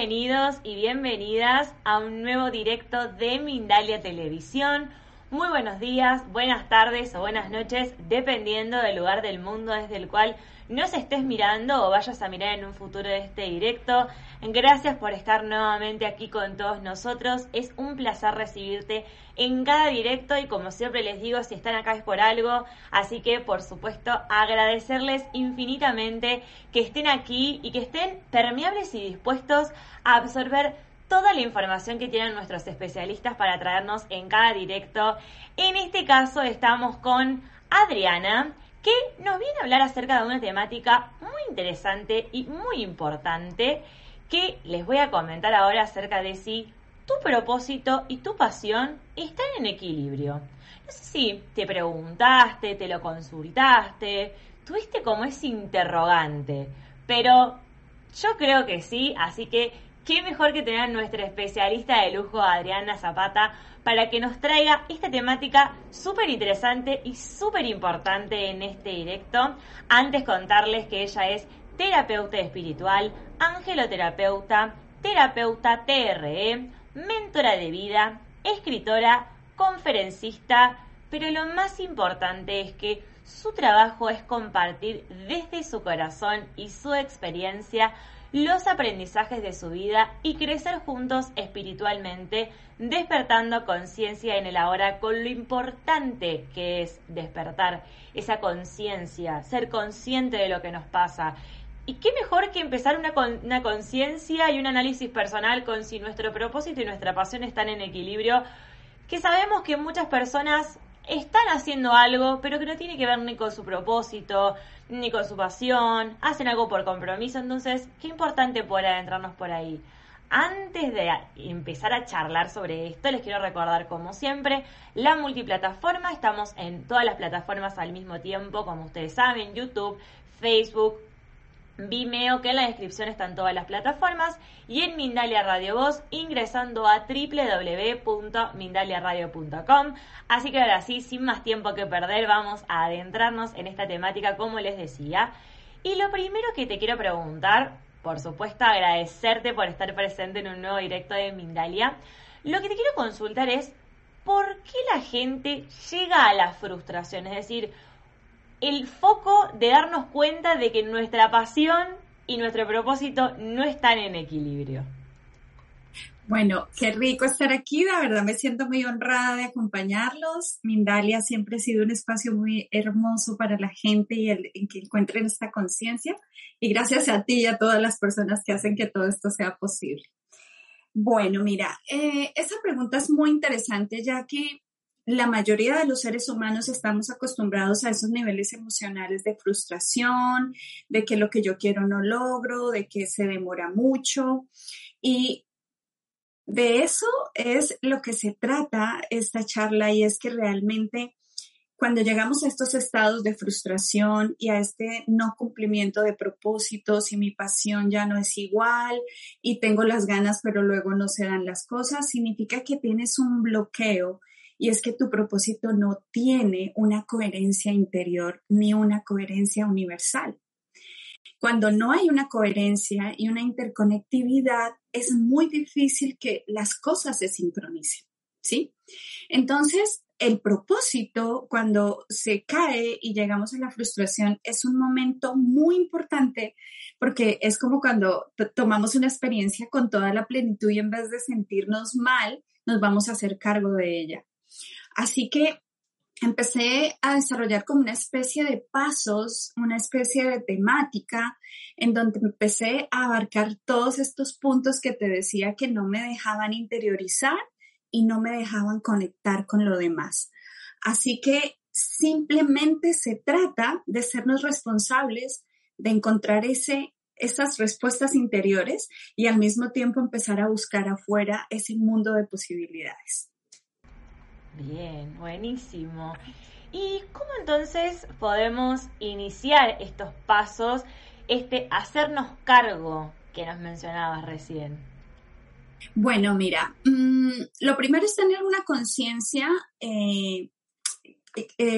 Bienvenidos y bienvenidas a un nuevo directo de Mindalia Televisión. Muy buenos días, buenas tardes o buenas noches, dependiendo del lugar del mundo desde el cual nos estés mirando o vayas a mirar en un futuro de este directo. Gracias por estar nuevamente aquí con todos nosotros. Es un placer recibirte en cada directo y como siempre les digo, si están acá es por algo. Así que, por supuesto, agradecerles infinitamente que estén aquí y que estén permeables y dispuestos a absorber toda la información que tienen nuestros especialistas para traernos en cada directo. En este caso estamos con Adriana, que nos viene a hablar acerca de una temática muy interesante y muy importante que les voy a comentar ahora acerca de si tu propósito y tu pasión están en equilibrio. No sé si te preguntaste, te lo consultaste, tuviste como ese interrogante, pero yo creo que sí, así que qué mejor que tener a nuestra especialista de lujo, Adriana Zapata, para que nos traiga esta temática súper interesante y súper importante en este directo. Antes contarles que ella es terapeuta espiritual, angeloterapeuta, terapeuta TRE, mentora de vida, escritora, conferencista, pero lo más importante es que su trabajo es compartir desde su corazón y su experiencia los aprendizajes de su vida y crecer juntos espiritualmente, despertando conciencia en el ahora con lo importante que es despertar esa conciencia, ser consciente de lo que nos pasa. Y qué mejor que empezar una conciencia y un análisis personal con si nuestro propósito y nuestra pasión están en equilibrio, que sabemos que muchas personas están haciendo algo, pero que no tiene que ver ni con su propósito, ni con su pasión, hacen algo por compromiso. Entonces, qué importante poder adentrarnos por ahí. Antes de empezar a charlar sobre esto, les quiero recordar, como siempre, la multiplataforma. Estamos en todas las plataformas al mismo tiempo, como ustedes saben, YouTube, Facebook, Vimeo, que en la descripción están todas las plataformas, y en Mindalia Radio Voz, ingresando a www.mindaliaradio.com. Así que ahora sí, sin más tiempo que perder, vamos a adentrarnos en esta temática, como les decía. Y lo primero que te quiero preguntar, por supuesto, agradecerte por estar presente en un nuevo directo de Mindalia. Lo que te quiero consultar es, ¿por qué la gente llega a la frustración? Es decir, el foco de darnos cuenta de que nuestra pasión y nuestro propósito no están en equilibrio. Bueno, qué rico estar aquí, la verdad me siento muy honrada de acompañarlos. Mindalia siempre ha sido un espacio muy hermoso para la gente y en que encuentren esta conciencia, y gracias a ti y a todas las personas que hacen que todo esto sea posible. Bueno, mira, esa pregunta es muy interesante, ya que la mayoría de los seres humanos estamos acostumbrados a esos niveles emocionales de frustración, de que lo que yo quiero no logro, de que se demora mucho, y de eso es lo que se trata esta charla, y es que realmente cuando llegamos a estos estados de frustración y a este no cumplimiento de propósitos y mi pasión ya no es igual y tengo las ganas pero luego no se dan las cosas, significa que tienes un bloqueo, y es que tu propósito no tiene una coherencia interior ni una coherencia universal. Cuando no hay una coherencia y una interconectividad, es muy difícil que las cosas se sincronicen, ¿sí? Entonces, el propósito, cuando se cae y llegamos a la frustración, es un momento muy importante, porque es como cuando tomamos una experiencia con toda la plenitud y en vez de sentirnos mal, nos vamos a hacer cargo de ella. Así que empecé a desarrollar como una especie de pasos, una especie de temática en donde empecé a abarcar todos estos puntos que te decía que no me dejaban interiorizar y no me dejaban conectar con lo demás. Así que simplemente se trata de sernos responsables de encontrar esas respuestas interiores y al mismo tiempo empezar a buscar afuera ese mundo de posibilidades. Bien, buenísimo. ¿Y cómo entonces podemos iniciar estos pasos, hacernos cargo que nos mencionabas recién? Bueno, mira, lo primero es tener una conciencia,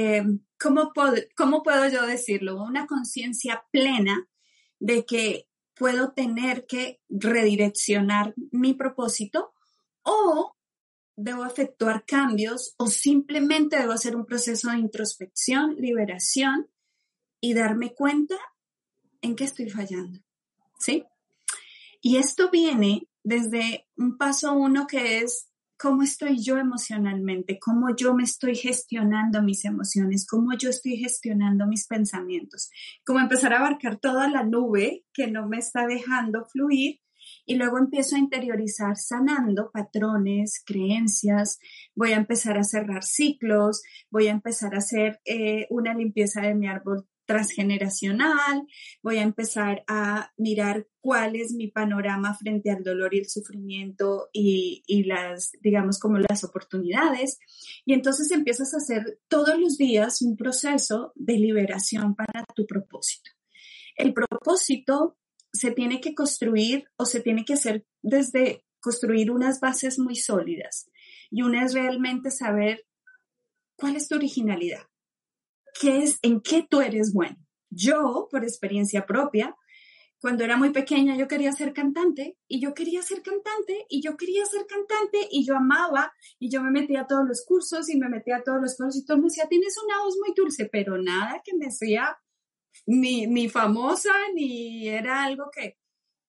¿cómo puedo yo decirlo? Una conciencia plena de que puedo tener que redireccionar mi propósito o debo efectuar cambios o simplemente debo hacer un proceso de introspección, liberación y darme cuenta en qué estoy fallando, ¿sí? Y esto viene desde un paso uno que es cómo estoy yo emocionalmente, cómo yo me estoy gestionando mis emociones, cómo yo estoy gestionando mis pensamientos, cómo empezar a abarcar toda la nube que no me está dejando fluir y luego empiezo a interiorizar sanando patrones, creencias, voy a empezar a cerrar ciclos, voy a empezar a hacer una limpieza de mi árbol transgeneracional, voy a empezar a mirar cuál es mi panorama frente al dolor y el sufrimiento y las, digamos, como las oportunidades. Y entonces empiezas a hacer todos los días un proceso de liberación para tu propósito. El propósito se tiene que construir o se tiene que hacer desde construir unas bases muy sólidas. Y una es realmente saber cuál es tu originalidad. ¿Qué es, en qué tú eres bueno? Yo, por experiencia propia, cuando era muy pequeña yo quería ser cantante y yo quería ser cantante y yo quería ser cantante y yo amaba y yo me metía a todos los cursos y me metía a todos los cursos y todo me decía, tienes una voz muy dulce, pero nada que me decía ni famosa ni era algo que...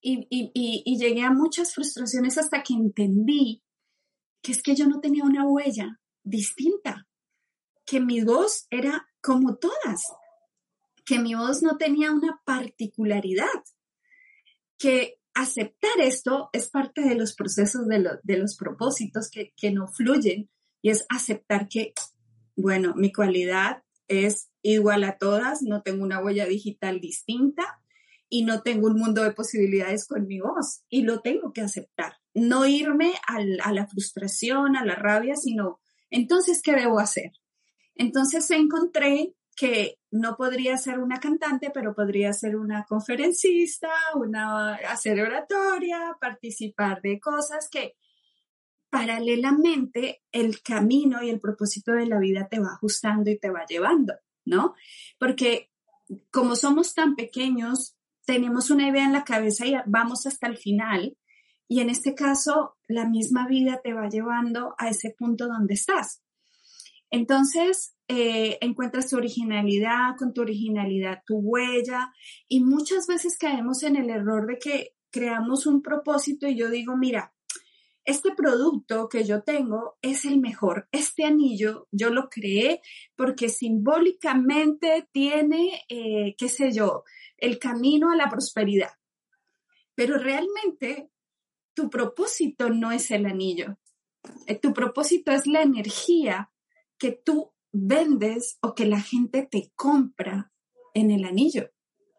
Y llegué a muchas frustraciones hasta que entendí que es que yo no tenía una huella distinta, que mi voz era como todas, que mi voz no tenía una particularidad, que aceptar esto es parte de los procesos de los propósitos que no fluyen y es aceptar que, bueno, mi cualidad es igual a todas, no tengo una huella digital distinta y no tengo un mundo de posibilidades con mi voz y lo tengo que aceptar. No irme a la frustración, a la rabia, sino entonces, ¿qué debo hacer? Entonces encontré que no podría ser una cantante, pero podría ser una conferencista, hacer oratoria, participar de cosas que paralelamente el camino y el propósito de la vida te va ajustando y te va llevando, ¿no? Porque como somos tan pequeños, tenemos una idea en la cabeza y vamos hasta el final. Y en este caso, la misma vida te va llevando a ese punto donde estás. Entonces, encuentras tu originalidad, con tu originalidad, tu huella, y muchas veces caemos en el error de que creamos un propósito y yo digo, mira, este producto que yo tengo es el mejor. Este anillo yo lo creé porque simbólicamente tiene, qué sé yo, el camino a la prosperidad. Pero realmente tu propósito no es el anillo. Tu propósito es la energía que tú vendes o que la gente te compra en el anillo.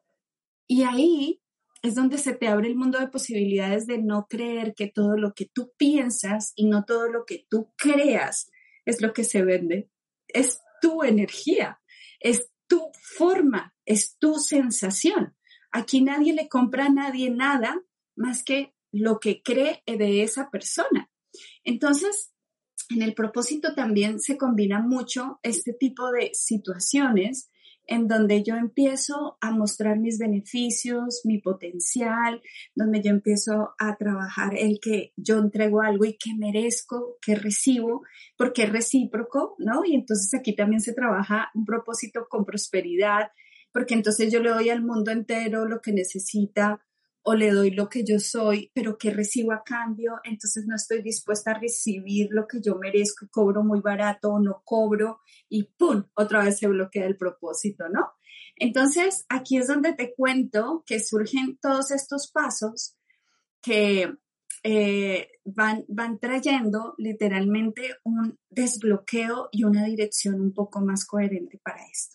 Y ahí es donde se te abre el mundo de posibilidades de no creer que todo lo que tú piensas y no todo lo que tú creas es lo que se vende. Es tu energía, es tu forma, es tu sensación. Aquí nadie le compra a nadie nada más que lo que cree de esa persona. Entonces, en el propósito también se combina mucho este tipo de situaciones en donde yo empiezo a mostrar mis beneficios, mi potencial, donde yo empiezo a trabajar el que yo entrego algo y que merezco, que recibo, porque es recíproco, ¿no? Y entonces aquí también se trabaja un propósito con prosperidad, porque entonces yo le doy al mundo entero lo que necesita, o le doy lo que yo soy, pero que recibo a cambio, entonces no estoy dispuesta a recibir lo que yo merezco y cobro muy barato o no cobro y ¡pum! Otra vez se bloquea el propósito, ¿no? Entonces, aquí es donde te cuento que surgen todos estos pasos que van trayendo literalmente un desbloqueo y una dirección un poco más coherente para esto.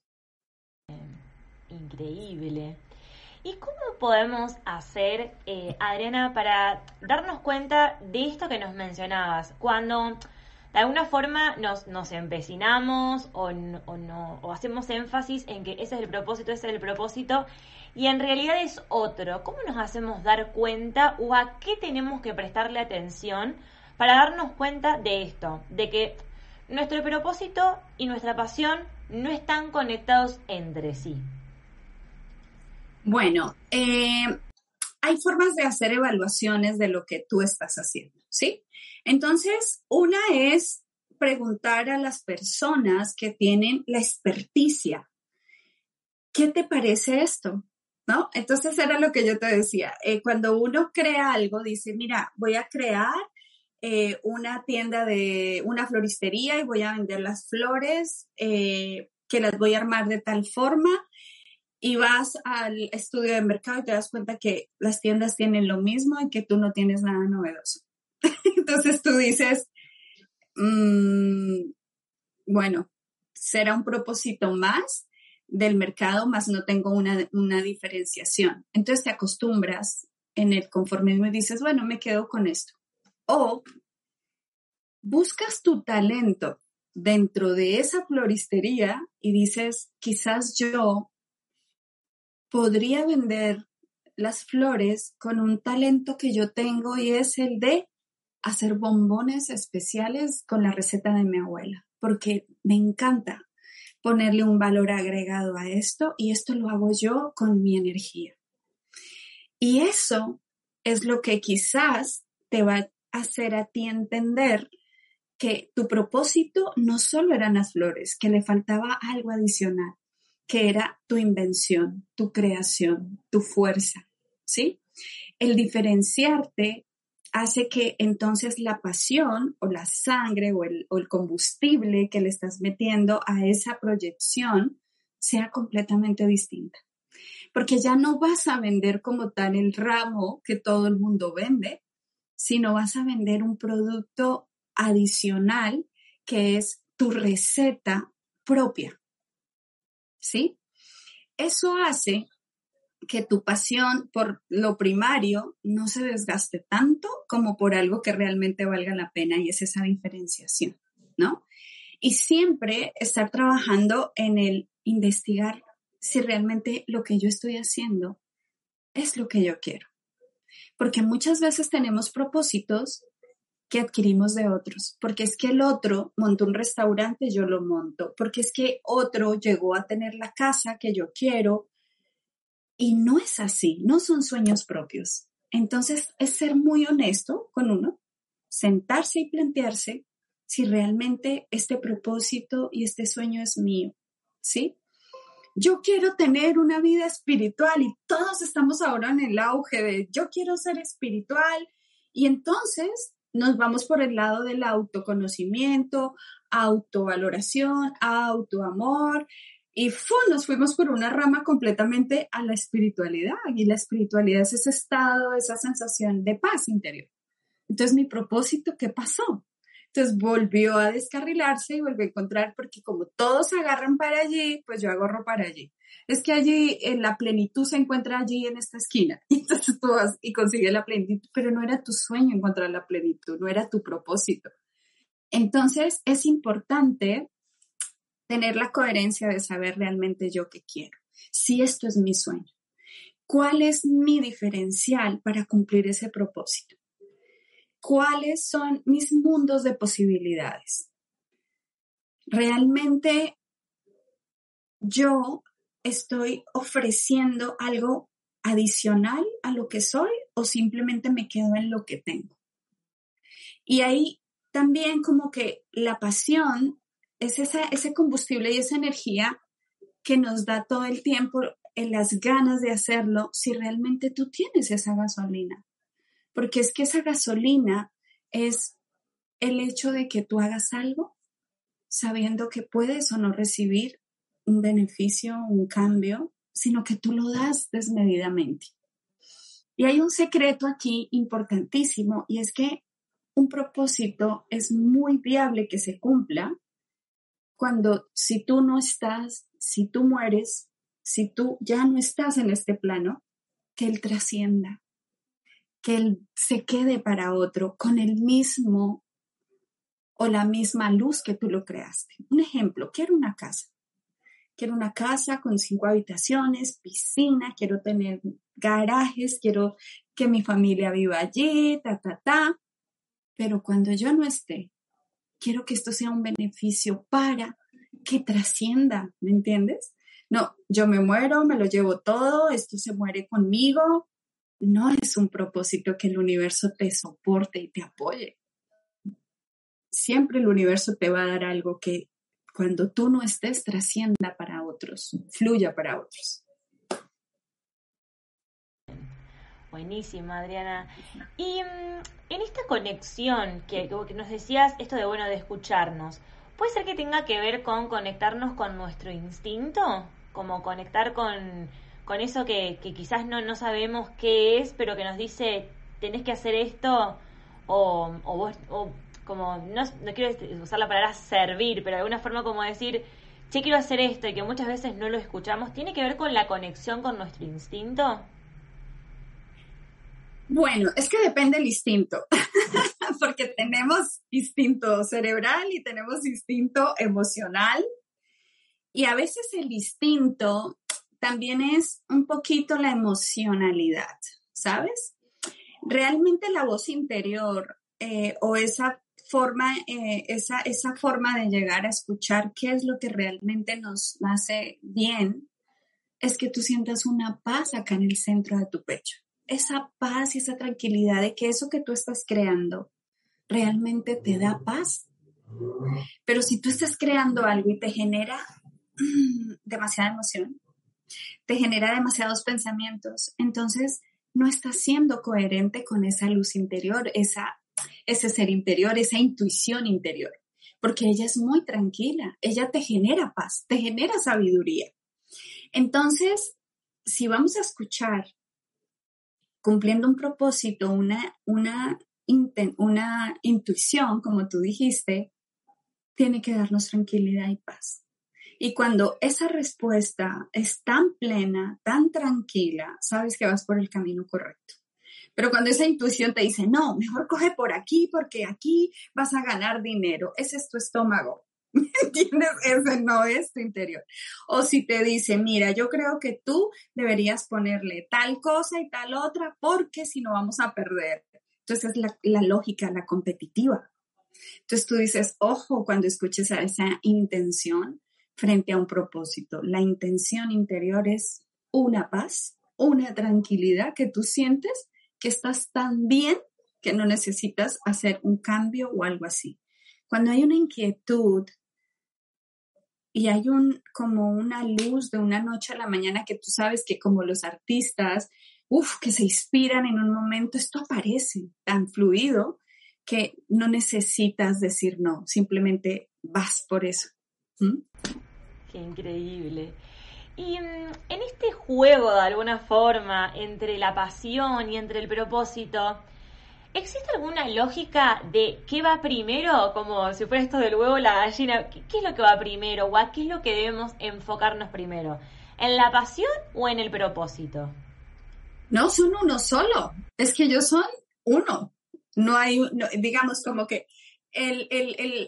Increíble. ¿Y cómo podemos hacer, Adriana, para darnos cuenta de esto que nos mencionabas? Cuando de alguna forma nos empecinamos o hacemos énfasis en que ese es el propósito, y en realidad es otro. ¿Cómo nos hacemos dar cuenta o a qué tenemos que prestarle atención para darnos cuenta de esto? De que nuestro propósito y nuestra pasión no están conectados entre sí. Bueno, hay formas de hacer evaluaciones de lo que tú estás haciendo, ¿sí? Entonces, una es preguntar a las personas que tienen la experticia, ¿qué te parece esto? ¿No? Entonces era lo que yo te decía. Cuando uno crea algo, dice, mira, voy a crear una tienda de una floristería y voy a vender las flores que las voy a armar de tal forma y vas al estudio de mercado y te das cuenta que las tiendas tienen lo mismo y que tú no tienes nada novedoso. Entonces tú dices, bueno, será un propósito más del mercado, más no tengo una diferenciación. Entonces te acostumbras en el conformismo y dices, bueno, me quedo con esto. O buscas tu talento dentro de esa floristería y dices, quizás yo podría vender las flores con un talento que yo tengo y es el de hacer bombones especiales con la receta de mi abuela, porque me encanta ponerle un valor agregado a esto y esto lo hago yo con mi energía. Y eso es lo que quizás te va a hacer a ti entender que tu propósito no solo eran las flores, que le faltaba algo adicional, que era tu invención, tu creación, tu fuerza, ¿sí? El diferenciarte hace que entonces la pasión o la sangre o el combustible que le estás metiendo a esa proyección sea completamente distinta. Porque ya no vas a vender como tal el ramo que todo el mundo vende, sino vas a vender un producto adicional que es tu receta propia, ¿sí? Eso hace que tu pasión por lo primario no se desgaste tanto como por algo que realmente valga la pena y es esa diferenciación, ¿no? Y siempre estar trabajando en el investigar si realmente lo que yo estoy haciendo es lo que yo quiero. Porque muchas veces tenemos propósitos que adquirimos de otros, porque es que el otro montó un restaurante, yo lo monto, porque es que otro llegó a tener la casa que yo quiero, y no es así, no son sueños propios. Entonces es ser muy honesto con uno, sentarse y plantearse si realmente este propósito y este sueño es mío, ¿sí? Yo quiero tener una vida espiritual y todos estamos ahora en el auge de yo quiero ser espiritual y entonces nos vamos por el lado del autoconocimiento, autovaloración, autoamor y nos fuimos por una rama completamente a la espiritualidad y la espiritualidad es ese estado, esa sensación de paz interior. Entonces mi propósito, ¿qué pasó? Entonces volvió a descarrilarse y volvió a encontrar, porque como todos se agarran para allí, pues yo agarro para allí. Es que allí la plenitud se encuentra allí en esta esquina. Entonces tú vas y consigues la plenitud, pero no era tu sueño encontrar la plenitud, no era tu propósito. Entonces es importante tener la coherencia de saber realmente yo qué quiero. Si esto es mi sueño, ¿cuál es mi diferencial para cumplir ese propósito? ¿Cuáles son mis mundos de posibilidades? ¿Realmente yo estoy ofreciendo algo adicional a lo que soy o simplemente me quedo en lo que tengo? Y ahí también como que la pasión es ese combustible y esa energía que nos da todo el tiempo en las ganas de hacerlo si realmente tú tienes esa gasolina. Porque es que esa gasolina es el hecho de que tú hagas algo sabiendo que puedes o no recibir un beneficio, un cambio, sino que tú lo das desmedidamente. Y hay un secreto aquí importantísimo y es que un propósito es muy viable que se cumpla cuando si tú no estás, si tú mueres, si tú ya no estás en este plano, que él trascienda, que él se quede para otro con el mismo o la misma luz que tú lo creaste. Un ejemplo, quiero una casa. Quiero una casa con 5 habitaciones, piscina, quiero tener garajes, quiero que mi familia viva allí, Pero cuando yo no esté, quiero que esto sea un beneficio para que trascienda, ¿me entiendes? No, yo me muero, me lo llevo todo, esto se muere conmigo, no es un propósito que el universo te soporte y te apoye. Siempre el universo te va a dar algo que cuando tú no estés trascienda para otros, fluya para otros. Buenísima, Adriana. Y en esta conexión que nos decías, esto de de escucharnos, ¿puede ser que tenga que ver con conectarnos con nuestro instinto? Como conectar con eso que quizás no sabemos qué es, pero que nos dice, tenés que hacer esto, o como, no quiero usar la palabra servir, pero de alguna forma como decir, che, quiero hacer esto, y que muchas veces no lo escuchamos, ¿tiene que ver con la conexión con nuestro instinto? Bueno, es que depende del instinto, porque tenemos instinto cerebral y tenemos instinto emocional, y a veces el instinto también es un poquito la emocionalidad, ¿sabes? Realmente la voz interior o esa forma de llegar a escuchar qué es lo que realmente nos hace bien, es que tú sientas una paz acá en el centro de tu pecho. Esa paz y esa tranquilidad de que eso que tú estás creando realmente te da paz. Pero si tú estás creando algo y te genera demasiada emoción, te genera demasiados pensamientos, entonces no estás siendo coherente con esa luz interior, ese ser interior, esa intuición interior, porque ella es muy tranquila, ella te genera paz, te genera sabiduría. Entonces, si vamos a escuchar cumpliendo un propósito, una intuición, como tú dijiste, tiene que darnos tranquilidad y paz. Y cuando esa respuesta es tan plena, tan tranquila, sabes que vas por el camino correcto. Pero cuando esa intuición te dice, no, mejor coge por aquí porque aquí vas a ganar dinero, ese es tu estómago. ¿Me entiendes? Ese no es tu interior. O si te dice, mira, yo creo que tú deberías ponerle tal cosa y tal otra porque si no vamos a perder. Entonces es la lógica, la competitiva. Entonces tú dices, ojo, cuando escuches a esa intención frente a un propósito. La intención interior es una paz, una tranquilidad que tú sientes que estás tan bien que no necesitas hacer un cambio o algo así. Cuando hay una inquietud y hay como una luz de una noche a la mañana que tú sabes que como los artistas, que se inspiran en un momento, esto aparece tan fluido que no necesitas decir no, simplemente vas por eso. Qué increíble. Y en este juego, de alguna forma, entre la pasión y entre el propósito, ¿existe alguna lógica de qué va primero? Como si fuera esto del huevo o la gallina. ¿Qué es lo que va primero? ¿O a qué es lo que debemos enfocarnos primero? ¿En la pasión o en el propósito? No, son uno solo. Es que ellos son uno. No hay, digamos como que el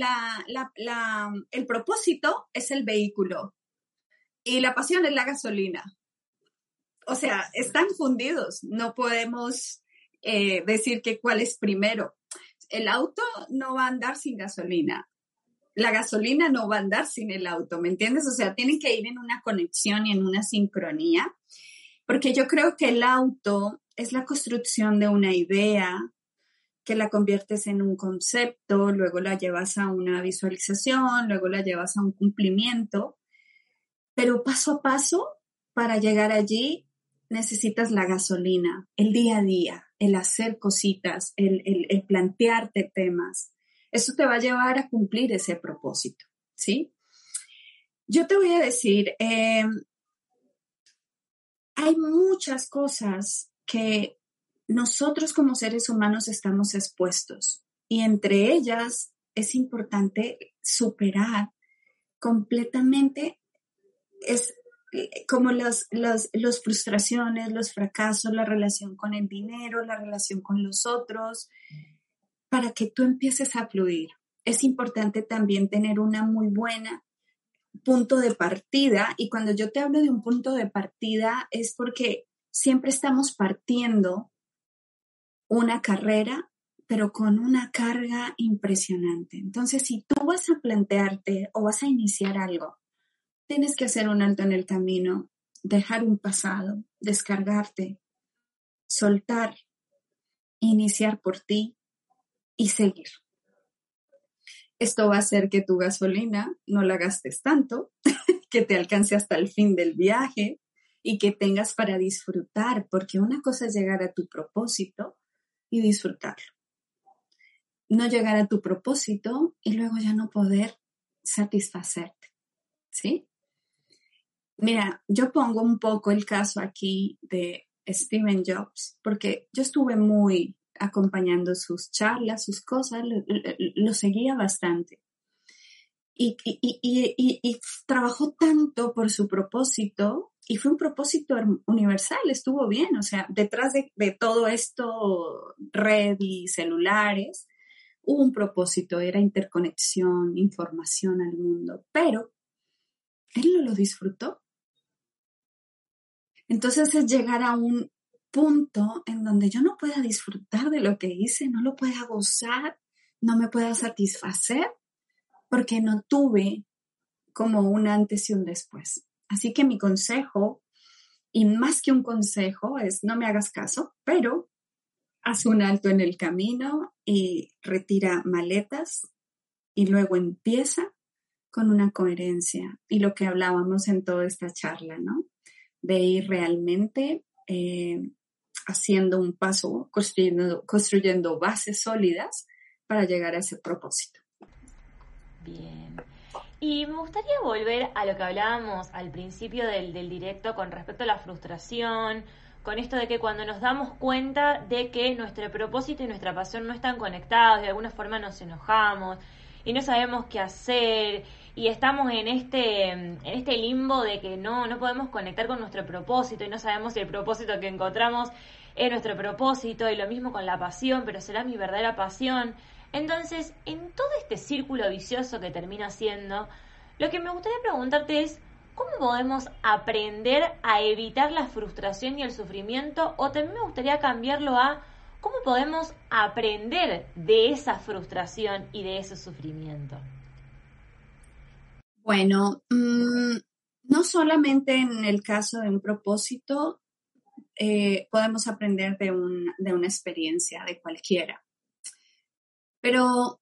propósito es el vehículo y la pasión es la gasolina. O sea, están fundidos. No podemos decir que cuál es primero. El auto no va a andar sin gasolina. La gasolina no va a andar sin el auto, ¿me entiendes? O sea, tienen que ir en una conexión y en una sincronía, porque yo creo que el auto es la construcción de una idea que la conviertes en un concepto, luego la llevas a una visualización, luego la llevas a un cumplimiento, pero paso a paso, para llegar allí, necesitas la gasolina, el día a día, el hacer cositas, el plantearte temas. Eso te va a llevar a cumplir ese propósito, ¿sí? Yo te voy a decir, hay muchas cosas que nosotros como seres humanos estamos expuestos y entre ellas es importante superar completamente como las frustraciones, los fracasos, la relación con el dinero, la relación con los otros, para que tú empieces a fluir. Es importante también tener una muy buena punto de partida, y cuando yo te hablo de un punto de partida es porque siempre estamos partiendo una carrera, pero con una carga impresionante. Entonces, si tú vas a plantearte o vas a iniciar algo, tienes que hacer un alto en el camino, dejar un pasado, descargarte, soltar, iniciar por ti y seguir. Esto va a hacer que tu gasolina no la gastes tanto, que te alcance hasta el fin del viaje y que tengas para disfrutar, porque una cosa es llegar a tu propósito y disfrutarlo. No llegar a tu propósito y luego ya no poder satisfacerte, ¿sí? Mira, yo pongo un poco el caso aquí de Steve Jobs, porque yo estuve muy acompañando sus charlas, sus cosas, lo seguía bastante. Y trabajó tanto por su propósito, y fue un propósito universal, estuvo bien, o sea, detrás de todo esto, red y celulares, hubo un propósito, era interconexión, información al mundo, pero él no lo disfrutó. Entonces es llegar a un punto en donde yo no pueda disfrutar de lo que hice, no lo pueda gozar, no me pueda satisfacer, porque no tuve como un antes y un después. Así que mi consejo, y más que un consejo, es no me hagas caso, pero haz un alto en el camino y retira maletas y luego empieza con una coherencia. Y lo que hablábamos en toda esta charla, ¿no? De ir realmente haciendo un paso, construyendo bases sólidas para llegar a ese propósito. Bien. Y me gustaría volver a lo que hablábamos al principio del directo con respecto a la frustración, con esto de que cuando nos damos cuenta de que nuestro propósito y nuestra pasión no están conectados, de alguna forma nos enojamos y no sabemos qué hacer y estamos en este limbo de que no podemos conectar con nuestro propósito y no sabemos si el propósito que encontramos es nuestro propósito, y lo mismo con la pasión, pero será mi verdadera pasión. Entonces, en todo este círculo vicioso que termina siendo, lo que me gustaría preguntarte es, ¿cómo podemos aprender a evitar la frustración y el sufrimiento? O también me gustaría cambiarlo a, ¿cómo podemos aprender de esa frustración y de ese sufrimiento? Bueno, no solamente en el caso de un propósito podemos aprender de una experiencia, de cualquiera. Pero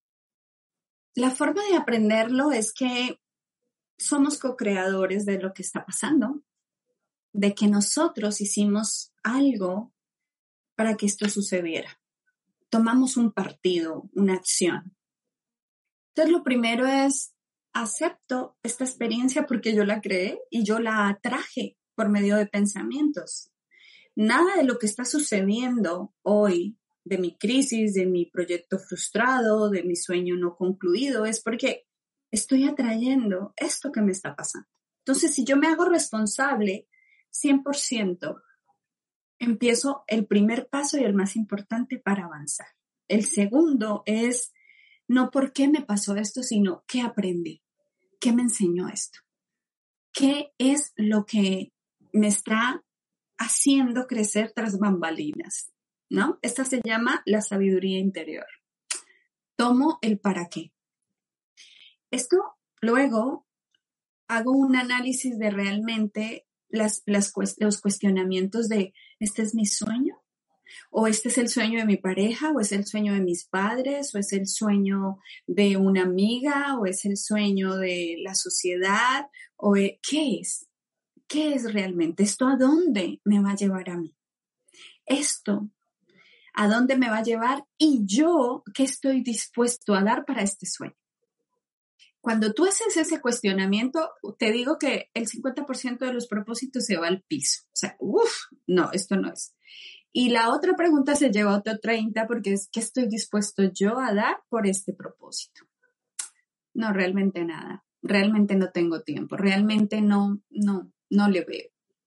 la forma de aprenderlo es que somos co-creadores de lo que está pasando, de que nosotros hicimos algo para que esto sucediera. Tomamos un partido, una acción. Entonces, lo primero es, acepto esta experiencia porque yo la creé y yo la atraje por medio de pensamientos. Nada de lo que está sucediendo hoy, de mi crisis, de mi proyecto frustrado, de mi sueño no concluido, es porque estoy atrayendo esto que me está pasando. Entonces, si yo me hago responsable 100%, empiezo el primer paso y el más importante para avanzar. El segundo es no por qué me pasó esto, sino qué aprendí, qué me enseñó esto, qué es lo que me está haciendo crecer tras bambalinas, ¿no? Esta se llama la sabiduría interior. Tomo el para qué. Esto luego hago un análisis de realmente los cuestionamientos de, ¿este es mi sueño? ¿O este es el sueño de mi pareja? ¿O es el sueño de mis padres? ¿O es el sueño de una amiga? ¿O es el sueño de la sociedad? ¿O qué es? ¿Qué es realmente? ¿Esto a dónde me va a llevar a mí? ¿Esto a dónde me va a llevar? ¿Y yo qué estoy dispuesto a dar para este sueño? Cuando tú haces ese cuestionamiento, te digo que el 50% de los propósitos se va al piso. O sea, no, esto no es. Y la otra pregunta se lleva a otro 30 porque es, ¿qué estoy dispuesto yo a dar por este propósito? No, realmente nada. Realmente no tengo tiempo. Realmente no le veo.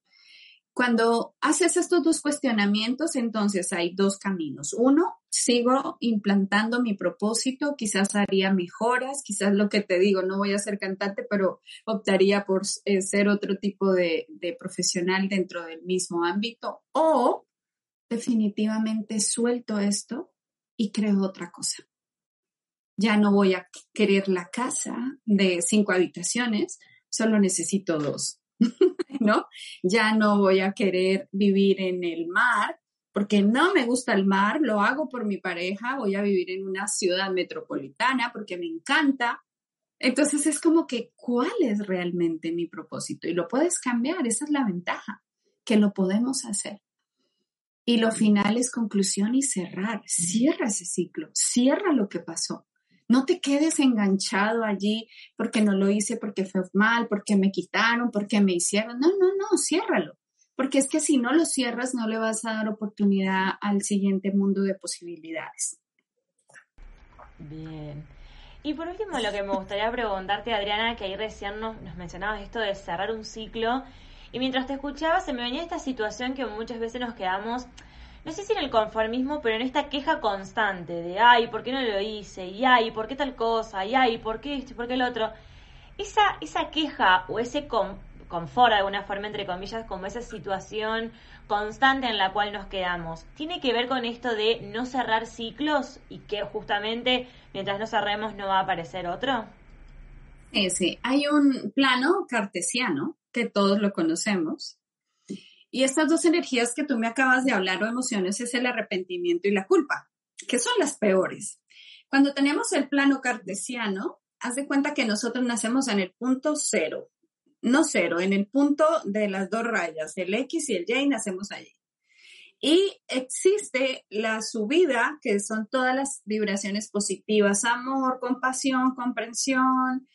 Cuando haces estos dos cuestionamientos, entonces hay dos caminos. Uno, sigo implantando mi propósito, quizás haría mejoras, quizás lo que te digo, no voy a ser cantante, pero optaría por ser otro tipo de profesional dentro del mismo ámbito, o definitivamente suelto esto y creo otra cosa. Ya no voy a querer la casa de 5 habitaciones, solo necesito 2. ¿No? Ya no voy a querer vivir en el mar, porque no me gusta el mar, lo hago por mi pareja, voy a vivir en una ciudad metropolitana porque me encanta. Entonces es como que, ¿cuál es realmente mi propósito? Y lo puedes cambiar, esa es la ventaja, que lo podemos hacer. Y lo final es conclusión y cerrar. Cierra ese ciclo, cierra lo que pasó. No te quedes enganchado allí porque no lo hice, porque fue mal, porque me quitaron, porque me hicieron. No, ciérralo. Porque es que si no lo cierras, no le vas a dar oportunidad al siguiente mundo de posibilidades. Bien. Y por último, lo que me gustaría preguntarte, Adriana, que ahí recién nos mencionabas esto de cerrar un ciclo. Y mientras te escuchaba, se me venía esta situación que muchas veces nos quedamos, no sé si en el conformismo, pero en esta queja constante de, ay, ¿por qué no lo hice? Y ay, ¿por qué tal cosa? Y ay, ¿por qué esto? ¿Y por qué el otro? Esa queja o ese confort, de alguna forma, entre comillas, como esa situación constante en la cual nos quedamos, ¿tiene que ver con esto de no cerrar ciclos y que justamente mientras no cerremos no va a aparecer otro? Sí, hay un plano cartesiano que todos lo conocemos. Y estas dos energías que tú me acabas de hablar o emociones es el arrepentimiento y la culpa, que son las peores. Cuando tenemos el plano cartesiano, haz de cuenta que nosotros nacemos en el punto cero, no cero, en el punto de las dos rayas, el X y el Y, nacemos allí. Y existe la subida, que son todas las vibraciones positivas, amor, compasión, comprensión,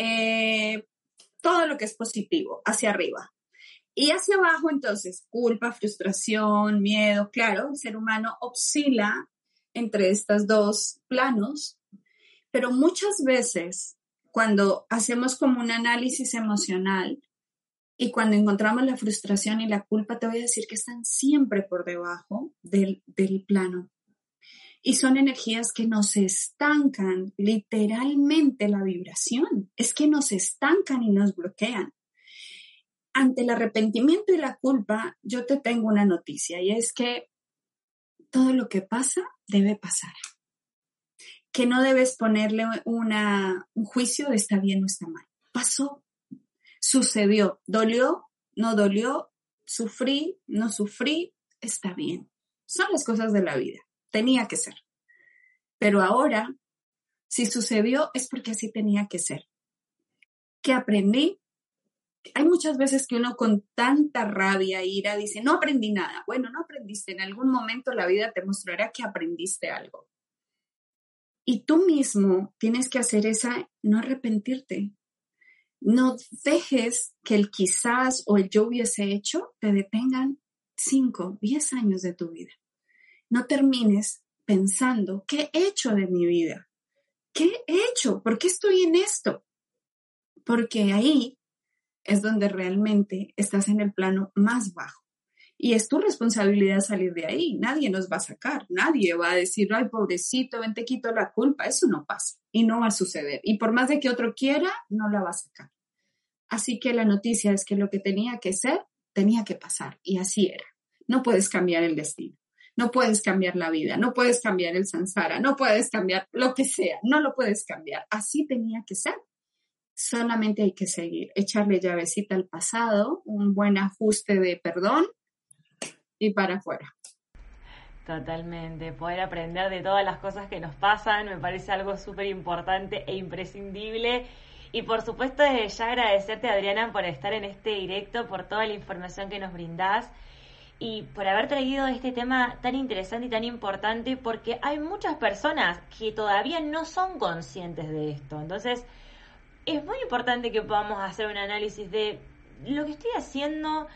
todo lo que es positivo, hacia arriba. Y hacia abajo, entonces, culpa, frustración, miedo. Claro, el ser humano oscila entre estos dos planos, pero muchas veces cuando hacemos como un análisis emocional y cuando encontramos la frustración y la culpa, te voy a decir que están siempre por debajo del plano. Y son energías que nos estancan literalmente la vibración. Es que nos estancan y nos bloquean. Ante el arrepentimiento y la culpa, yo te tengo una noticia y es que todo lo que pasa debe pasar. Que no debes ponerle un juicio de está bien o está mal. Pasó, sucedió, dolió, no dolió, sufrí, no sufrí, está bien. Son las cosas de la vida, tenía que ser. Pero ahora, si sucedió es porque así tenía que ser. ¿Qué aprendí? Hay muchas veces que uno con tanta rabia, ira, dice, no aprendí nada. Bueno, no aprendiste. En algún momento la vida te mostrará que aprendiste algo. Y tú mismo tienes que hacer no arrepentirte. No dejes que el quizás o el yo hubiese hecho te detengan 5, 10 años de tu vida. No termines pensando, ¿qué he hecho de mi vida? ¿Qué he hecho? ¿Por qué estoy en esto? Porque ahí es donde realmente estás en el plano más bajo. Y es tu responsabilidad salir de ahí. Nadie nos va a sacar. Nadie va a decir, ay, pobrecito, ven, te quito la culpa. Eso no pasa y no va a suceder. Y por más de que otro quiera, no la va a sacar. Así que la noticia es que lo que tenía que ser, tenía que pasar. Y así era. No puedes cambiar el destino. No puedes cambiar la vida. No puedes cambiar el samsara. No puedes cambiar lo que sea. No lo puedes cambiar. Así tenía que ser. Solamente hay que seguir, echarle llavecita al pasado, un buen ajuste de perdón y para afuera. Totalmente, poder aprender de todas las cosas que nos pasan me parece algo súper importante e imprescindible. Y por supuesto desde ya agradecerte, Adriana, por estar en este directo, por toda la información que nos brindás y por haber traído este tema tan interesante y tan importante, porque hay muchas personas que todavía no son conscientes de esto. Entonces, es muy importante que podamos hacer un análisis de lo que estoy haciendo,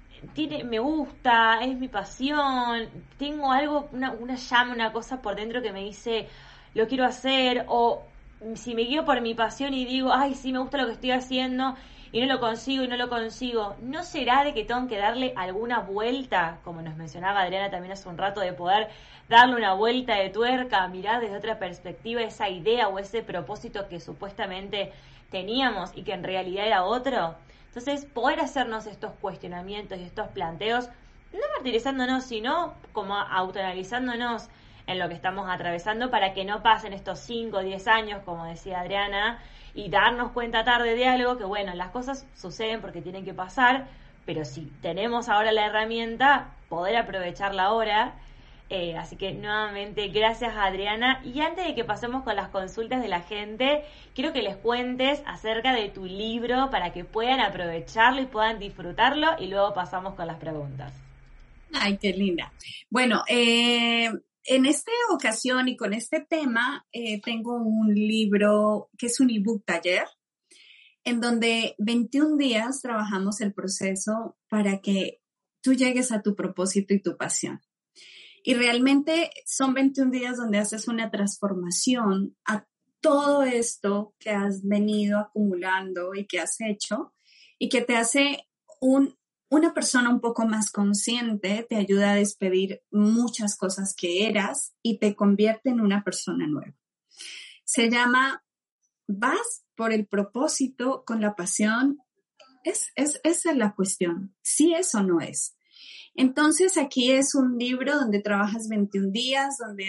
me gusta, es mi pasión, tengo algo, una llama, una cosa por dentro que me dice, lo quiero hacer, o si me guío por mi pasión y digo, ay, sí, me gusta lo que estoy haciendo, y no lo consigo, ¿no será de que tengo que darle alguna vuelta, como nos mencionaba Adriana también hace un rato, de poder darle una vuelta de tuerca, mirar desde otra perspectiva esa idea o ese propósito que supuestamente teníamos y que en realidad era otro? Entonces, poder hacernos estos cuestionamientos y estos planteos, no martirizándonos, sino como autoanalizándonos en lo que estamos atravesando para que no pasen estos 5 o 10 años, como decía Adriana, y darnos cuenta tarde de algo que, bueno, las cosas suceden porque tienen que pasar, pero si tenemos ahora la herramienta, poder aprovecharla ahora. Así que nuevamente gracias, Adriana, y antes de que pasemos con las consultas de la gente, quiero que les cuentes acerca de tu libro para que puedan aprovecharlo y puedan disfrutarlo, y luego pasamos con las preguntas. Ay, qué linda. Bueno, en esta ocasión y con este tema tengo un libro que es un ebook taller en donde 21 días trabajamos el proceso para que tú llegues a tu propósito y tu pasión. Y realmente son 21 días donde haces una transformación a todo esto que has venido acumulando y que has hecho y que te hace una persona un poco más consciente, te ayuda a despedir muchas cosas que eras y te convierte en una persona nueva. Se llama Vas por el propósito con la pasión. Esa es la cuestión, si es o no es. Entonces, aquí es un libro donde trabajas 21 días, donde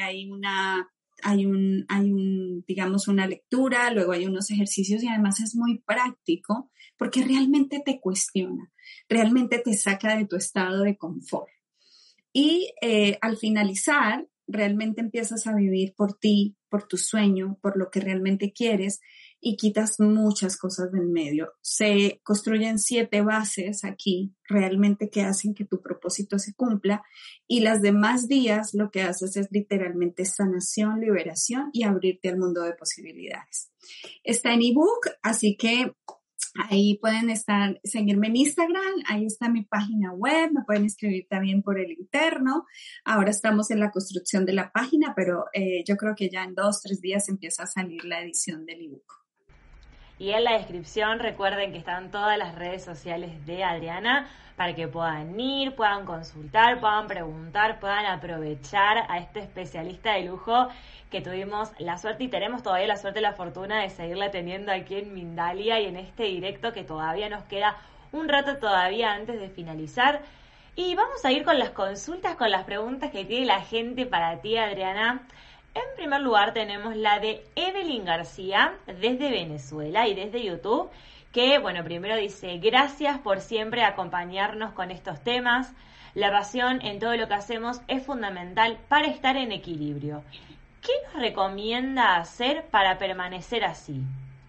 digamos, una lectura, luego hay unos ejercicios y además es muy práctico porque realmente te cuestiona, realmente te saca de tu estado de confort. Y al finalizar, realmente empiezas a vivir por ti, por tu sueño, por lo que realmente quieres y quitas muchas cosas del medio. Se construyen 7 bases aquí realmente que hacen que tu propósito se cumpla y las demás días lo que haces es literalmente sanación, liberación y abrirte al mundo de posibilidades. Está en ebook, así que ahí pueden seguirme en Instagram, ahí está mi página web, me pueden escribir también por el interno. Ahora estamos en la construcción de la página, pero yo creo que ya en 2-3 días empieza a salir la edición del ebook. Y en la descripción recuerden que están todas las redes sociales de Adriana para que puedan ir, puedan consultar, puedan preguntar, puedan aprovechar a este especialista de lujo que tuvimos la suerte y tenemos todavía la suerte y la fortuna de seguirla teniendo aquí en Mindalia y en este directo que todavía nos queda un rato todavía antes de finalizar. Y vamos a ir con las consultas, con las preguntas que tiene la gente para ti, Adriana. En primer lugar tenemos la de Evelyn García desde Venezuela y desde YouTube, que bueno, primero dice: gracias por siempre acompañarnos con estos temas. La pasión en todo lo que hacemos es fundamental para estar en equilibrio. ¿Qué nos recomienda hacer para permanecer así?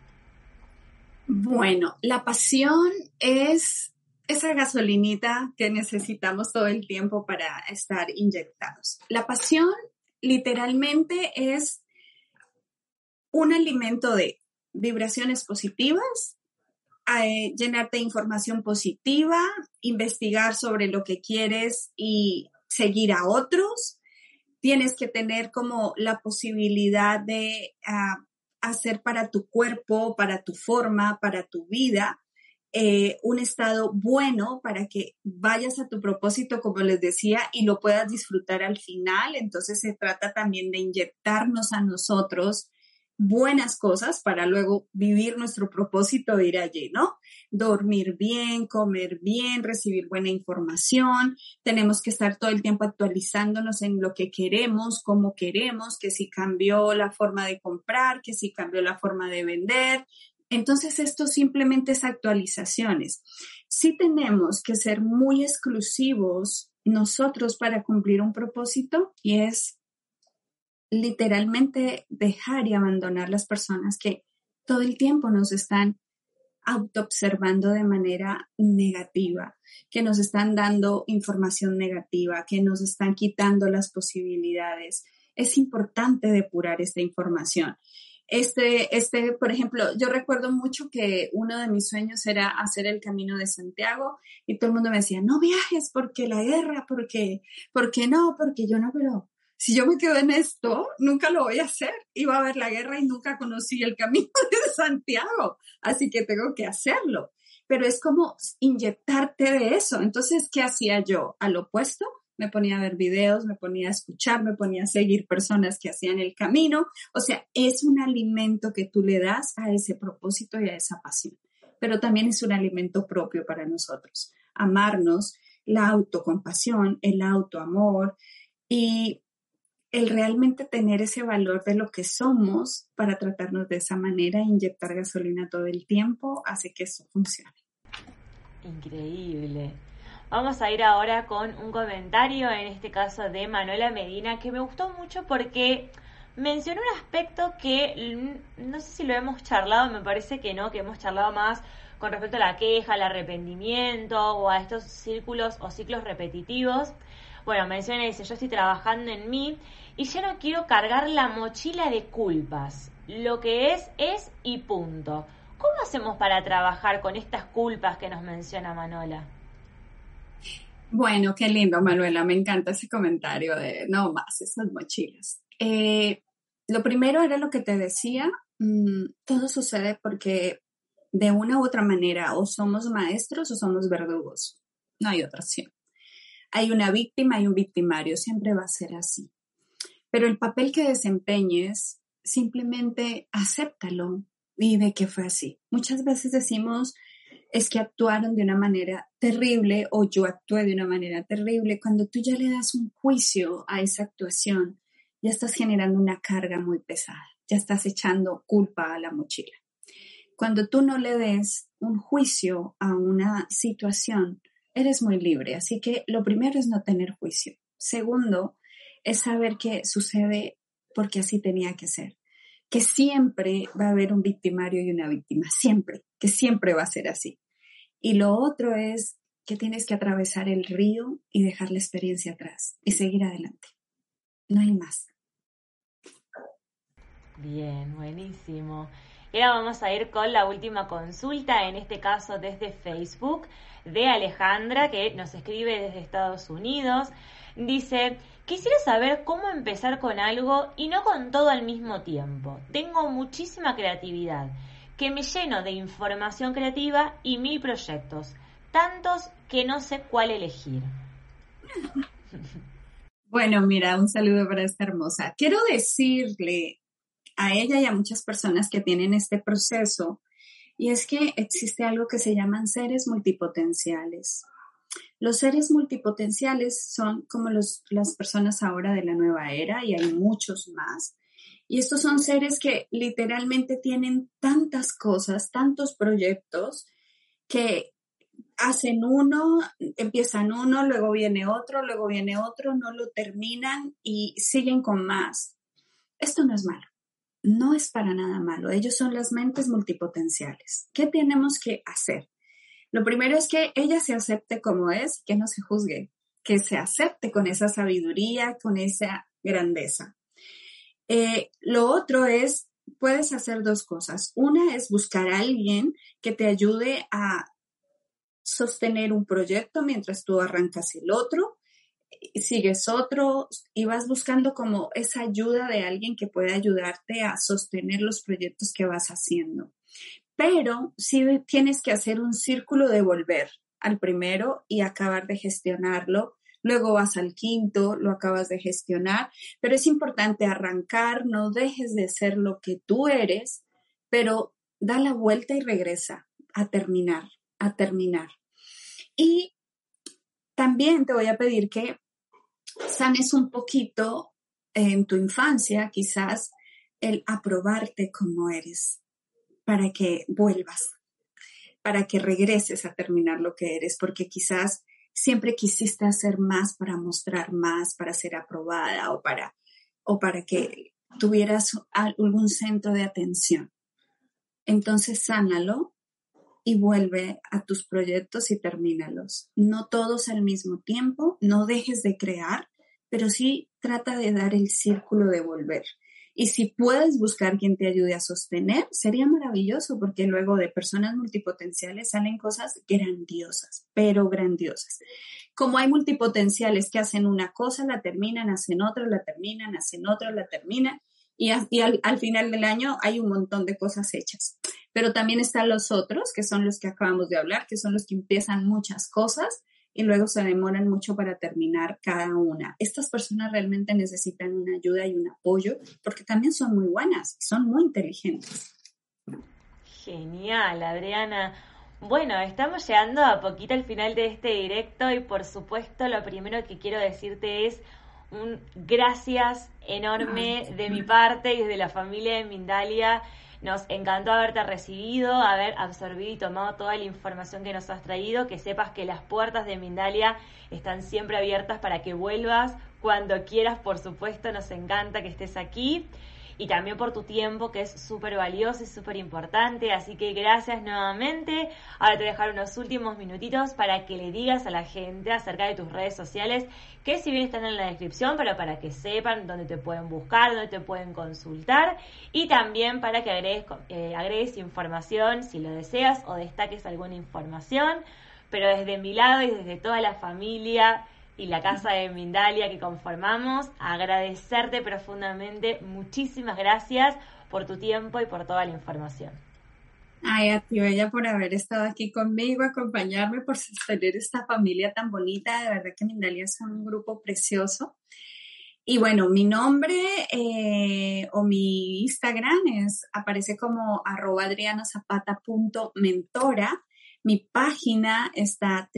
Bueno, la pasión es esa gasolinita que necesitamos todo el tiempo para estar inyectados. La pasión literalmente es un alimento de vibraciones positivas, llenarte de información positiva, investigar sobre lo que quieres y seguir a otros. Tienes que tener como la posibilidad de hacer para tu cuerpo, para tu forma, para tu vida, un estado bueno para que vayas a tu propósito, como les decía, y lo puedas disfrutar al final. Entonces se trata también de inyectarnos a nosotros buenas cosas para luego vivir nuestro propósito de ir allí, ¿no? Dormir bien, comer bien, recibir buena información. Tenemos que estar todo el tiempo actualizándonos en lo que queremos, cómo queremos, que si cambió la forma de comprar, que si cambió la forma de vender. Entonces, esto simplemente es actualizaciones. Sí tenemos que ser muy exclusivos nosotros para cumplir un propósito y es literalmente dejar y abandonar las personas que todo el tiempo nos están autoobservando de manera negativa, que nos están dando información negativa, que nos están quitando las posibilidades. Es importante depurar esta información. Por ejemplo, yo recuerdo mucho que uno de mis sueños era hacer el Camino de Santiago y todo el mundo me decía: no viajes porque la guerra, porque no, porque yo no, pero si yo me quedo en esto, nunca lo voy a hacer. Iba a haber la guerra y nunca conocí el Camino de Santiago, así que tengo que hacerlo. Pero es como inyectarte de eso. Entonces, ¿qué hacía yo? Al opuesto, me ponía a ver videos, me ponía a escuchar, me ponía a seguir personas que hacían el camino. O sea, es un alimento que tú le das a ese propósito y a esa pasión. Pero también es un alimento propio para nosotros. Amarnos, la autocompasión, el autoamor y el realmente tener ese valor de lo que somos para tratarnos de esa manera, inyectar gasolina todo el tiempo, hace que eso funcione. Increíble. Vamos a ir ahora con un comentario, en este caso de Manuela Medina, que me gustó mucho porque mencionó un aspecto que no sé si lo hemos charlado, me parece que no, que hemos charlado más con respecto a la queja, al arrepentimiento o a estos círculos o ciclos repetitivos. Bueno, menciona y dice, yo estoy trabajando en mí y ya no quiero cargar la mochila de culpas. Lo que es y punto. ¿Cómo hacemos para trabajar con estas culpas que nos menciona Manola? Bueno, qué lindo, Manuela. Me encanta ese comentario de no más, esas mochilas. Lo primero era lo que te decía. Todo sucede porque de una u otra manera o somos maestros o somos verdugos. No hay otra opción. Hay una víctima y un victimario. Siempre va a ser así. Pero el papel que desempeñes, simplemente acéptalo y ve que fue así. Muchas veces decimos, es que actuaron de una manera terrible o yo actué de una manera terrible. Cuando tú ya le das un juicio a esa actuación, ya estás generando una carga muy pesada, ya estás echando culpa a la mochila. Cuando tú no le des un juicio a una situación, eres muy libre. Así que lo primero es no tener juicio. Segundo, es saber que sucede porque así tenía que ser. Que siempre va a haber un victimario y una víctima, siempre, que siempre va a ser así. Y lo otro es que tienes que atravesar el río y dejar la experiencia atrás y seguir adelante. No hay más. Bien, buenísimo. Y ahora vamos a ir con la última consulta, en este caso desde Facebook, de Alejandra, que nos escribe desde Estados Unidos. Dice, quisiera saber cómo empezar con algo y no con todo al mismo tiempo. Tengo muchísima creatividad, que me lleno de información creativa y 1000 proyectos, tantos que no sé cuál elegir. Bueno, mira, un saludo para esta hermosa. Quiero decirle a ella y a muchas personas que tienen este proceso, y es que existe algo que se llaman seres multipotenciales. Los seres multipotenciales son como las personas ahora de la nueva era, y hay muchos más. Y estos son seres que literalmente tienen tantas cosas, tantos proyectos, que hacen uno, empiezan uno, luego viene otro, no lo terminan y siguen con más. Esto no es malo. No es para nada malo. Ellos son las mentes multipotenciales. ¿Qué tenemos que hacer? Lo primero es que ella se acepte como es, que no se juzgue, que se acepte con esa sabiduría, con esa grandeza. Lo otro es, puedes hacer dos cosas. Una es buscar a alguien que te ayude a sostener un proyecto mientras tú arrancas el otro, sigues otro y vas buscando como esa ayuda de alguien que pueda ayudarte a sostener los proyectos que vas haciendo. Pero sí tienes que hacer un círculo de volver al primero y acabar de gestionarlo. Luego vas al quinto, lo acabas de gestionar, pero es importante arrancar, no dejes de ser lo que tú eres, pero da la vuelta y regresa a terminar, a terminar. Y también te voy a pedir que sanes un poquito en tu infancia, quizás, el aprobarte como eres, para que vuelvas, para que regreses a terminar lo que eres, porque quizás siempre quisiste hacer más para mostrar más, para ser aprobada o para que tuvieras algún centro de atención. Entonces, sánalo y vuelve a tus proyectos y termínalos. No todos al mismo tiempo, no dejes de crear, pero sí trata de dar el círculo de volver. Y si puedes buscar quien te ayude a sostener, sería maravilloso, porque luego de personas multipotenciales salen cosas grandiosas, pero grandiosas. Como hay multipotenciales que hacen una cosa, la terminan, hacen otra, la terminan, hacen otra, la terminan, y al final del año hay un montón de cosas hechas. Pero también están los otros, que son los que acabamos de hablar, que son los que empiezan muchas cosas y luego se demoran mucho para terminar cada una. Estas personas realmente necesitan una ayuda y un apoyo porque también son muy buenas, son muy inteligentes. Genial, Adriana. Bueno, estamos llegando a poquito al final de este directo y por supuesto lo primero que quiero decirte es un gracias enorme de mi parte y desde la familia de Mindalia. Nos encantó haberte recibido, haber absorbido y tomado toda la información que nos has traído. Que sepas que las puertas de Mindalia están siempre abiertas para que vuelvas cuando quieras, por supuesto. Nos encanta que estés aquí. Y también por tu tiempo, que es súper valioso y súper importante. Así que gracias nuevamente. Ahora te voy a dejar unos últimos minutitos para que le digas a la gente acerca de tus redes sociales, que si bien están en la descripción, pero para que sepan dónde te pueden buscar, dónde te pueden consultar. Y también para que agregues información, si lo deseas, o destaques alguna información. Pero desde mi lado y desde toda la familia y la casa de Mindalia que conformamos, agradecerte profundamente. Muchísimas gracias por tu tiempo y por toda la información. Ay, a ti, Bella, por haber estado aquí conmigo, acompañarme, por sostener esta familia tan bonita. De verdad que Mindalia es un grupo precioso. Y bueno, mi nombre o mi Instagram aparece como @adrianazapata.mentora. Mi página está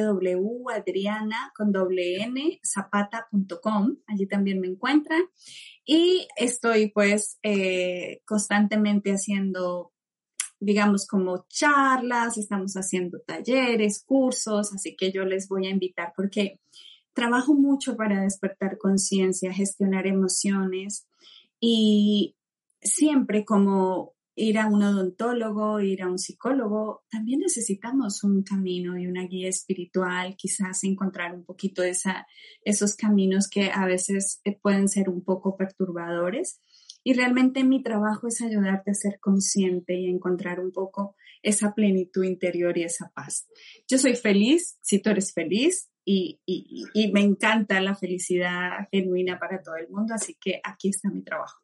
www.adriana.zapata.com. Allí también me encuentran. Y estoy pues constantemente haciendo, digamos, como charlas, estamos haciendo talleres, cursos, así que yo les voy a invitar porque trabajo mucho para despertar conciencia, gestionar emociones y siempre como ir a un odontólogo, ir a un psicólogo, también necesitamos un camino y una guía espiritual, quizás encontrar un poquito esos caminos que a veces pueden ser un poco perturbadores. Y realmente mi trabajo es ayudarte a ser consciente y a encontrar un poco esa plenitud interior y esa paz. Yo soy feliz si tú eres feliz y me encanta la felicidad genuina para todo el mundo, así que aquí está mi trabajo.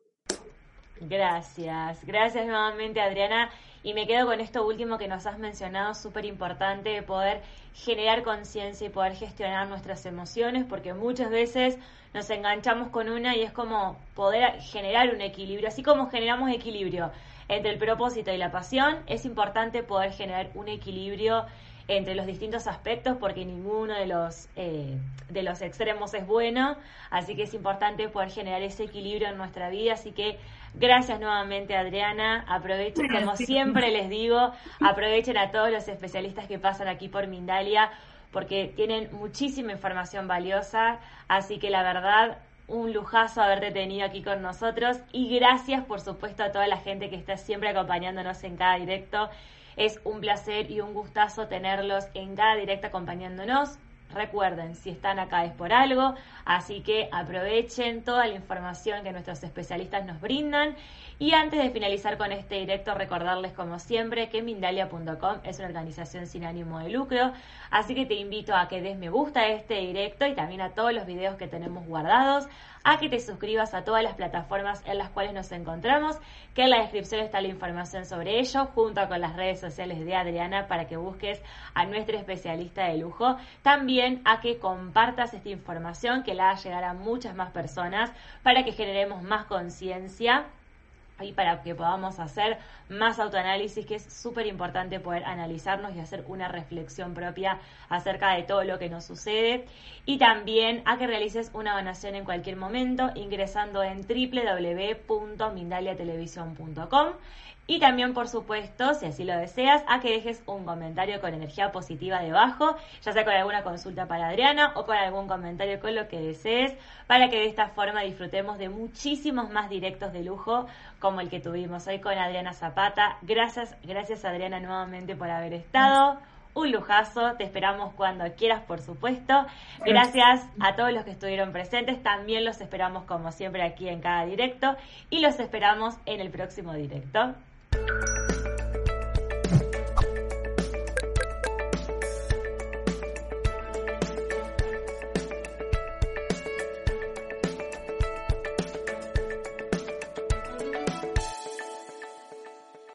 Gracias nuevamente, Adriana, y me quedo con esto último que nos has mencionado, súper importante, de poder generar conciencia y poder gestionar nuestras emociones, porque muchas veces nos enganchamos con una y es como poder generar un equilibrio, así como generamos equilibrio entre el propósito y la pasión, es importante poder generar un equilibrio entre los distintos aspectos, porque ninguno de los extremos es bueno, así que es importante poder generar ese equilibrio en nuestra vida. Así que gracias nuevamente, Adriana. Aprovechen, como siempre les digo, aprovechen a todos los especialistas que pasan aquí por Mindalia, porque tienen muchísima información valiosa, así que la verdad, un lujazo haberte tenido aquí con nosotros, y gracias por supuesto a toda la gente que está siempre acompañándonos en cada directo. Es un placer y un gustazo tenerlos en cada directo acompañándonos. Recuerden, si están acá es por algo, así que aprovechen toda la información que nuestros especialistas nos brindan. Y antes de finalizar con este directo, recordarles como siempre que Mindalia.com es una organización sin ánimo de lucro, así que te invito a que des me gusta a este directo y también a todos los videos que tenemos guardados, a que te suscribas a todas las plataformas en las cuales nos encontramos, que en la descripción está la información sobre ello, junto con las redes sociales de Adriana, para que busques a nuestra especialista de lujo. También a que compartas esta información, que la haga llegar a muchas más personas, para que generemos más conciencia y para que podamos hacer más autoanálisis, que es súper importante poder analizarnos y hacer una reflexión propia acerca de todo lo que nos sucede. Y también a que realices una donación en cualquier momento ingresando en www.mindaliatelevisión.com. Y también, por supuesto, si así lo deseas, a que dejes un comentario con energía positiva debajo, ya sea con alguna consulta para Adriana o con algún comentario con lo que desees, para que de esta forma disfrutemos de muchísimos más directos de lujo como el que tuvimos hoy con Adriana Zapata. Gracias Adriana nuevamente por haber estado. Un lujazo, te esperamos cuando quieras, por supuesto. Gracias a todos los que estuvieron presentes, también los esperamos como siempre aquí en cada directo y los esperamos en el próximo directo.